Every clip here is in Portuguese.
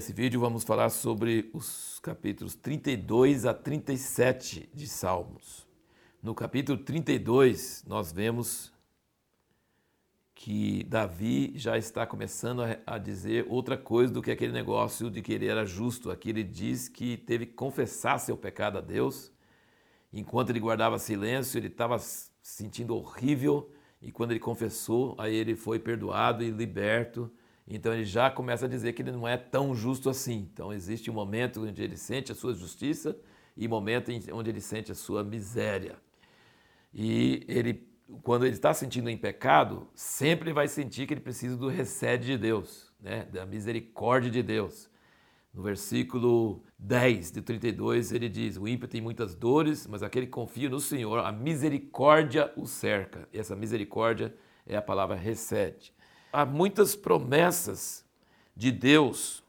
Nesse vídeo vamos falar sobre os capítulos 32 a 37 de Salmos. No capítulo 32, nós vemos que Davi já está começando a dizer outra coisa do que aquele negócio de que ele era justo. Aqui ele diz que teve que confessar seu pecado a Deus. Enquanto ele guardava silêncio, ele estava se sentindo horrível, e quando ele confessou, aí ele foi perdoado e liberto. Então ele já começa a dizer que ele não é tão justo assim. Então existe um momento onde ele sente a sua justiça e um momento onde ele sente a sua miséria. E ele, quando ele está sentindo em pecado, sempre vai sentir que ele precisa do recede de Deus, né? Da misericórdia de Deus. No versículo 10 de 32 ele diz: o ímpio tem muitas dores, mas aquele que confia no Senhor, a misericórdia o cerca. E essa misericórdia é a palavra recede. Há muitas promessas de Deus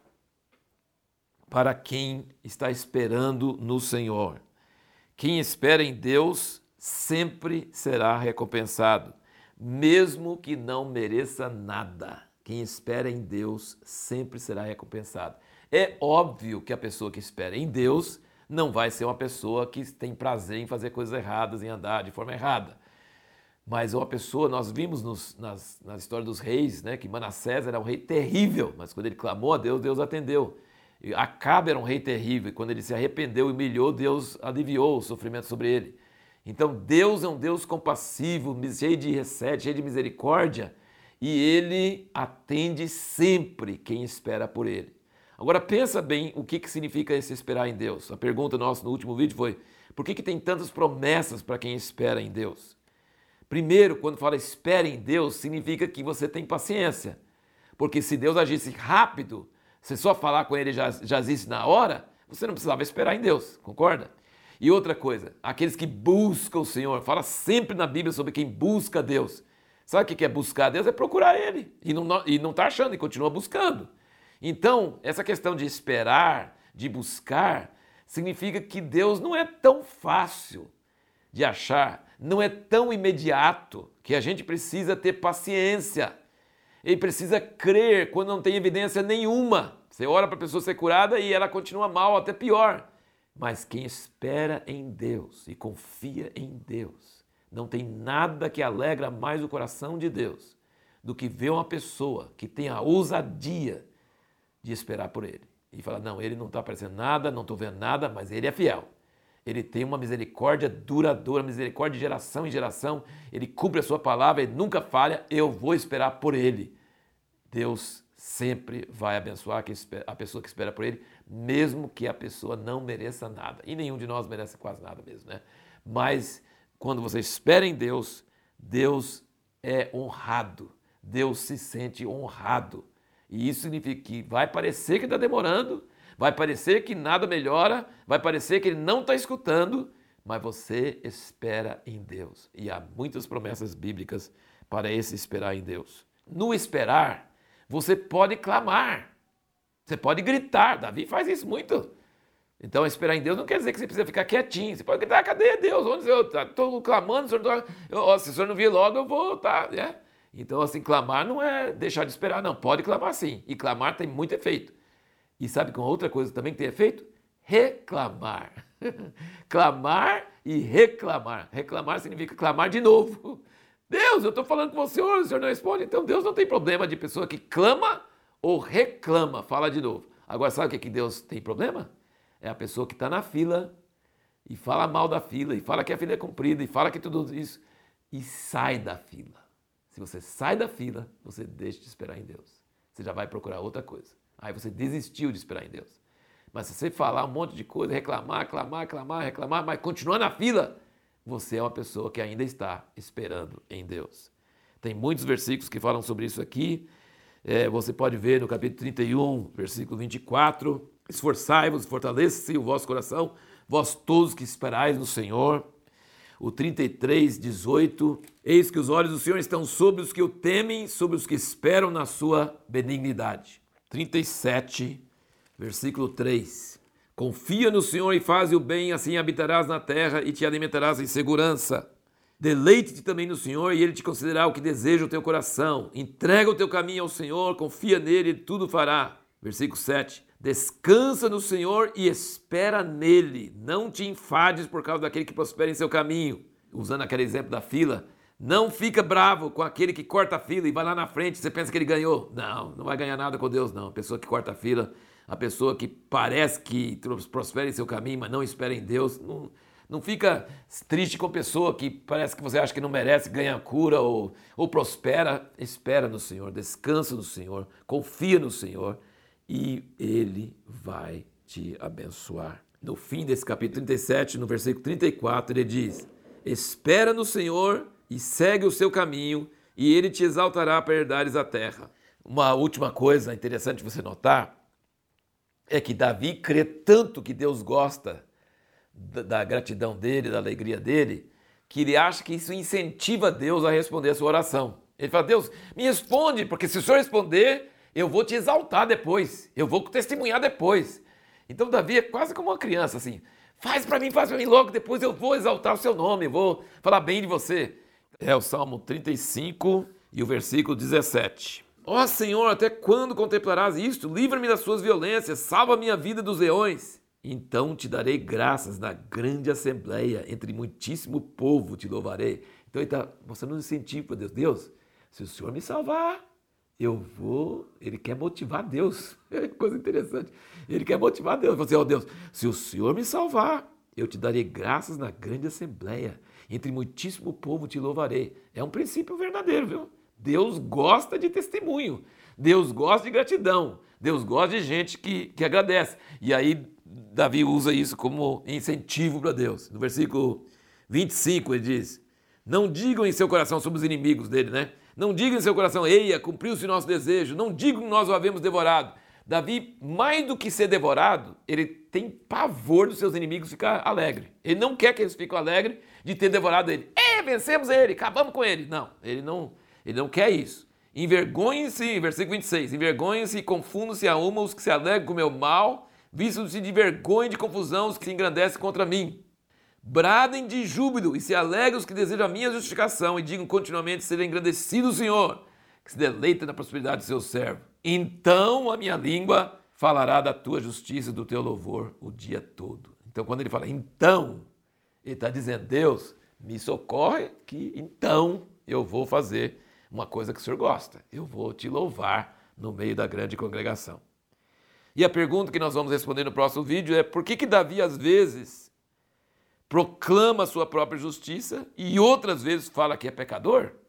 para quem está esperando no Senhor. Quem espera em Deus sempre será recompensado, mesmo que não mereça nada. Quem espera em Deus sempre será recompensado. É óbvio que a pessoa que espera em Deus não vai ser uma pessoa que tem prazer em fazer coisas erradas, em andar de forma errada. Mas uma pessoa, nós vimos na história dos reis, né, que Manassés era um rei terrível, mas quando ele clamou a Deus, Deus atendeu. E Acabe era um rei terrível, e quando ele se arrependeu e humilhou, Deus aliviou o sofrimento sobre ele. Então Deus é um Deus compassivo, cheio de recede, cheio de misericórdia, e ele atende sempre quem espera por ele. Agora pensa bem o que significa esse esperar em Deus. A pergunta nossa no último vídeo foi: por que tem tantas promessas para quem espera em Deus? Primeiro, quando fala espere em Deus, significa que você tem paciência. Porque se Deus agisse rápido, se só falar com ele já agisse na hora, você não precisava esperar em Deus, concorda? E outra coisa, aqueles que buscam o Senhor, fala sempre na Bíblia sobre quem busca Deus. Sabe o que é buscar Deus? É procurar Ele. E não está achando, e continua buscando. Então, essa questão de esperar, de buscar, significa que Deus não é tão fácil de achar, não é tão imediato, que a gente precisa ter paciência. Ele precisa crer quando não tem evidência nenhuma. Você ora para a pessoa ser curada e ela continua mal, até pior. Mas quem espera em Deus e confia em Deus, não tem nada que alegra mais o coração de Deus do que ver uma pessoa que tem a ousadia de esperar por Ele. E falar: não, Ele não está aparecendo nada, não estou vendo nada, mas Ele é fiel. Ele tem uma misericórdia duradoura, misericórdia de geração em geração. Ele cumpre a sua palavra, ele nunca falha. Eu vou esperar por ele. Deus sempre vai abençoar a pessoa que espera por ele, mesmo que a pessoa não mereça nada. E nenhum de nós merece quase nada mesmo, né? Mas quando você espera em Deus, Deus é honrado. Deus se sente honrado. E isso significa que vai parecer que está demorando, vai parecer que nada melhora, vai parecer que ele não está escutando, mas você espera em Deus. E há muitas promessas bíblicas para esse esperar em Deus. No esperar, você pode clamar, você pode gritar. Davi faz isso muito. Então, esperar em Deus não quer dizer que você precisa ficar quietinho. Você pode gritar: cadê Deus? Onde eu estou clamando? Se o senhor não vir logo, eu vou, tá? É? Então, assim, clamar não é deixar de esperar, não. Pode clamar sim. E clamar tem muito efeito. E sabe com outra coisa também que tem efeito? Reclamar. Clamar e reclamar. Reclamar significa clamar de novo. Deus, eu estou falando com o senhor não responde. Então Deus não tem problema de pessoa que clama ou reclama, fala de novo. Agora sabe o que Deus tem problema? É a pessoa que está na fila e fala mal da fila, e fala que a fila é comprida, e fala que tudo isso, e sai da fila. Se você sai da fila, você deixa de esperar em Deus. Você já vai procurar outra coisa. Aí você desistiu de esperar em Deus. Mas se você falar um monte de coisa, reclamar, mas continuar na fila, você é uma pessoa que ainda está esperando em Deus. Tem muitos versículos que falam sobre isso aqui. Você pode ver no capítulo 31, versículo 24. Esforçai-vos, fortaleça-se o vosso coração, vós todos que esperais no Senhor. O 33, 18. Eis que os olhos do Senhor estão sobre os que o temem, sobre os que esperam na sua benignidade. 37, versículo 3. Confia no Senhor e faze o bem, assim habitarás na terra e te alimentarás em segurança. Deleite-te também no Senhor e Ele te concederá o que deseja o teu coração. Entrega o teu caminho ao Senhor, confia nele e tudo fará. Versículo 7. Descansa no Senhor e espera nele. Não te enfades por causa daquele que prospera em seu caminho. Usando aquele exemplo da fila, não fica bravo com aquele que corta a fila e vai lá na frente, você pensa que ele ganhou. Não, não vai ganhar nada com Deus, não. A pessoa que corta a fila, a pessoa que parece que prospera em seu caminho, mas não espera em Deus, não fica triste com a pessoa que parece que você acha que não merece, ganha cura ou prospera. Espera no Senhor, descansa no Senhor, confia no Senhor e Ele vai te abençoar. No fim desse capítulo 37, no versículo 34, ele diz: espera no Senhor e segue o seu caminho, e Ele te exaltará para herdares a terra. Uma última coisa interessante você notar é que Davi crê tanto que Deus gosta da gratidão dele, da alegria dele, que ele acha que isso incentiva Deus a responder a sua oração. Ele fala: Deus, me responde, porque se o Senhor responder, eu vou te exaltar depois, eu vou testemunhar depois. Então Davi é quase como uma criança, assim: faz para mim logo, depois eu vou exaltar o seu nome, eu vou falar bem de você. É o Salmo 35 e o versículo 17. Ó Senhor, até quando contemplarás isto? Livra-me das suas violências, salva a minha vida dos leões. Então te darei graças na grande assembleia, entre muitíssimo povo te louvarei. Então ele está mostrando um incentivo para Deus. Deus, se o Senhor me salvar, eu vou... Ele quer motivar Deus. É coisa interessante. Ele quer motivar Deus. Você, ó Deus, se o Senhor me salvar, eu te darei graças na grande assembleia, entre muitíssimo povo te louvarei. É um princípio verdadeiro, viu? Deus gosta de testemunho. Deus gosta de gratidão. Deus gosta de gente que agradece. E aí Davi usa isso como incentivo para Deus. No versículo 25 ele diz: não digam em seu coração, sobre os inimigos dele, né? Não digam em seu coração: eia, cumpriu-se o nosso desejo. Não digam que nós o havemos devorado. Davi, mais do que ser devorado, ele tem pavor dos seus inimigos ficar alegre. Ele não quer que eles fiquem alegres de ter devorado ele. Vencemos ele, acabamos com ele. Não, ele não quer isso. Envergonhem-se, versículo 26, envergonhem-se e confundam-se a uma os que se alegram com o meu mal, vistam-se de vergonha e de confusão os que se engrandecem contra mim. Bradem de júbilo e se alegrem os que desejam a minha justificação e digam continuamente: seja engrandecido o Senhor, que se deleita na prosperidade do seu servo. Então a minha língua falará da tua justiça e do teu louvor o dia todo. Então quando ele fala então, ele está dizendo: Deus, me socorre que então eu vou fazer uma coisa que o Senhor gosta. Eu vou te louvar no meio da grande congregação. E a pergunta que nós vamos responder no próximo vídeo é: por que Davi às vezes proclama a sua própria justiça e outras vezes fala que é pecador?